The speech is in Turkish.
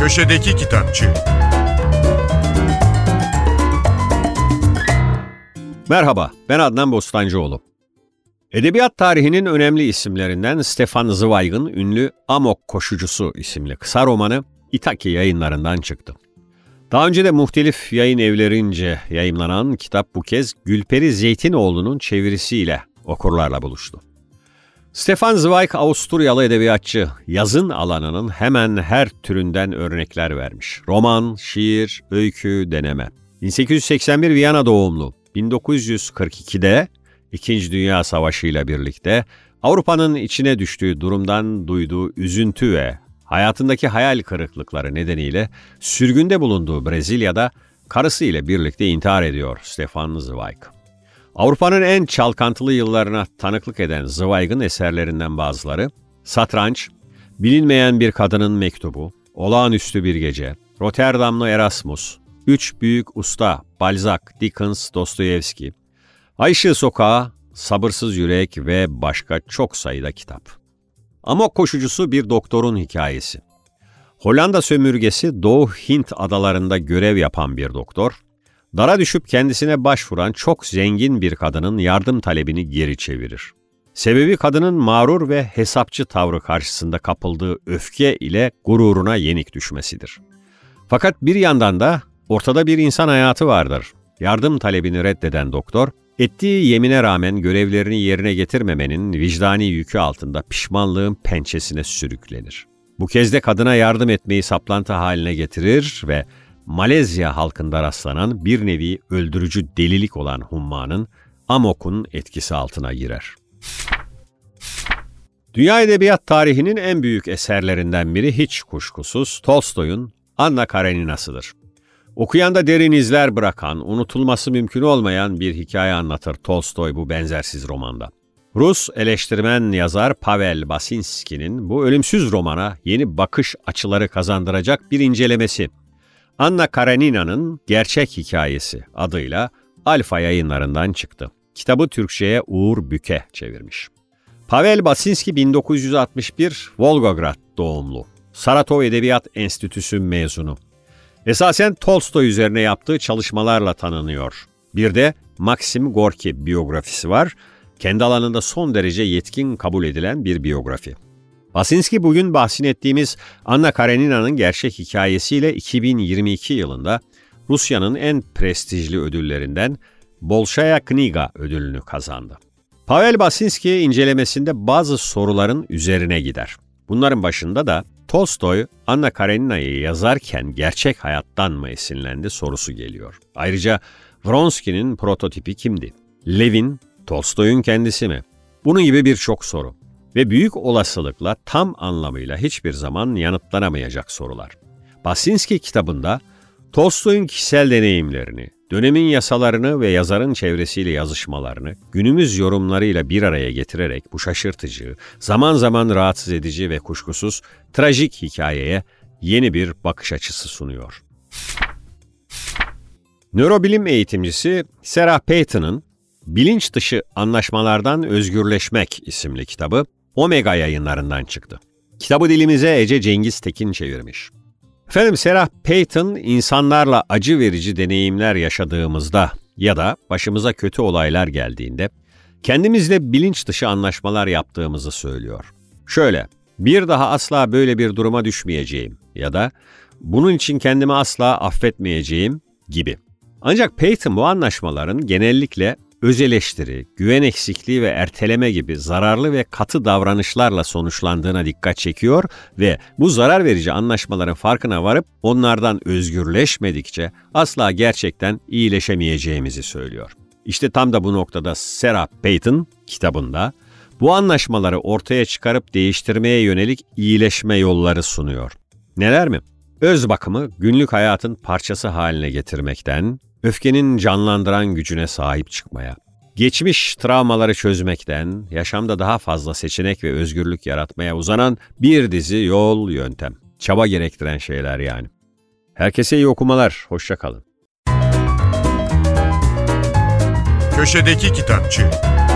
Köşedeki Kitapçı. Merhaba, ben Adnan Bostancıoğlu. Edebiyat tarihinin önemli isimlerinden Stefan Zweig'ın ünlü Amok Koşucusu isimli kısa romanı İtaki Yayınları'ndan çıktı. Daha önce de muhtelif yayın evlerince yayımlanan kitap bu kez Gülperi Zeytinoğlu'nun çevirisiyle okurlarla buluştu. Stefan Zweig, Avusturyalı edebiyatçı, yazın alanının hemen her türünden örnekler vermiş. Roman, şiir, öykü, deneme. 1881 Viyana doğumlu, 1942'de İkinci Dünya Savaşı ile birlikte Avrupa'nın içine düştüğü durumdan duyduğu üzüntü ve hayatındaki hayal kırıklıkları nedeniyle sürgünde bulunduğu Brezilya'da karısı ile birlikte intihar ediyor Stefan Zweig. Avrupa'nın en çalkantılı yıllarına tanıklık eden Zweig'ın eserlerinden bazıları Satranç, Bilinmeyen Bir Kadının Mektubu, Olağanüstü Bir Gece, Rotterdamlı Erasmus, Üç Büyük Usta Balzac, Dickens, Dostoyevski, Ay Işığı Sokağı, Sabırsız Yürek ve başka çok sayıda kitap. Amok Koşucusu bir doktorun hikayesi. Hollanda sömürgesi Doğu Hint adalarında görev yapan bir doktor, dara düşüp kendisine başvuran çok zengin bir kadının yardım talebini geri çevirir. Sebebi kadının mağrur ve hesapçı tavrı karşısında kapıldığı öfke ile gururuna yenik düşmesidir. Fakat bir yandan da ortada bir insan hayatı vardır. Yardım talebini reddeden doktor, ettiği yemine rağmen görevlerini yerine getirmemenin vicdani yükü altında pişmanlığın pençesine sürüklenir. Bu kez de kadına yardım etmeyi saplantı haline getirir ve Malezya halkında rastlanan bir nevi öldürücü delilik olan hummanın, Amok'un etkisi altına girer. Dünya edebiyat tarihinin en büyük eserlerinden biri hiç kuşkusuz Tolstoy'un Anna Karenina'sıdır. Okuyanda derin izler bırakan, unutulması mümkün olmayan bir hikaye anlatır Tolstoy bu benzersiz romanda. Rus eleştirmen yazar Pavel Basinski'nin bu ölümsüz romana yeni bakış açıları kazandıracak bir incelemesi, Anna Karenina'nın Gerçek Hikayesi adıyla Alfa Yayınları'ndan çıktı. Kitabı Türkçe'ye Uğur Büke çevirmiş. Pavel Basinski 1961 Volgograd doğumlu. Saratov Edebiyat Enstitüsü mezunu. Esasen Tolstoy üzerine yaptığı çalışmalarla tanınıyor. Bir de Maxim Gorki biyografisi var. Kendi alanında son derece yetkin kabul edilen bir biyografi. Basinski bugün bahsettiğimiz Anna Karenina'nın Gerçek Hikayesiyle 2022 yılında Rusya'nın en prestijli ödüllerinden Bolshaya Kniga ödülünü kazandı. Pavel Basinski incelemesinde bazı soruların üzerine gider. Bunların başında da Tolstoy, Anna Karenina'yı yazarken gerçek hayattan mı esinlendi sorusu geliyor. Ayrıca Vronsky'nin prototipi kimdi? Levin, Tolstoy'un kendisi mi? Bunun gibi birçok soru. Ve büyük olasılıkla tam anlamıyla hiçbir zaman yanıtlanamayacak sorular. Basinski kitabında Tolstoy'un kişisel deneyimlerini, dönemin yasalarını ve yazarın çevresiyle yazışmalarını günümüz yorumlarıyla bir araya getirerek bu şaşırtıcı, zaman zaman rahatsız edici ve kuşkusuz trajik hikayeye yeni bir bakış açısı sunuyor. Nörobilim eğitimcisi Sarah Peyton'ın Bilinç Dışı Anlaşmalardan Özgürleşmek isimli kitabı Omega Yayınları'ndan çıktı. Kitabı dilimize Ece Cengiz Tekin çevirmiş. Efendim, Sarah Peyton, insanlarla acı verici deneyimler yaşadığımızda ya da başımıza kötü olaylar geldiğinde kendimizle bilinç dışı anlaşmalar yaptığımızı söylüyor. Şöyle, bir daha asla böyle bir duruma düşmeyeceğim ya da bunun için kendimi asla affetmeyeceğim gibi. Ancak Peyton bu anlaşmaların genellikle öz eleştiri, güven eksikliği ve erteleme gibi zararlı ve katı davranışlarla sonuçlandığına dikkat çekiyor ve bu zarar verici anlaşmaların farkına varıp onlardan özgürleşmedikçe asla gerçekten iyileşemeyeceğimizi söylüyor. İşte tam da bu noktada Sarah Peyton kitabında bu anlaşmaları ortaya çıkarıp değiştirmeye yönelik iyileşme yolları sunuyor. Neler mi? Öz bakımı günlük hayatın parçası haline getirmekten, öfkenin canlandıran gücüne sahip çıkmaya, geçmiş travmaları çözmekten, yaşamda daha fazla seçenek ve özgürlük yaratmaya uzanan bir dizi yol, yöntem. Çaba gerektiren şeyler yani. Herkese iyi okumalar, hoşça kalın. Köşedeki Kitapçı.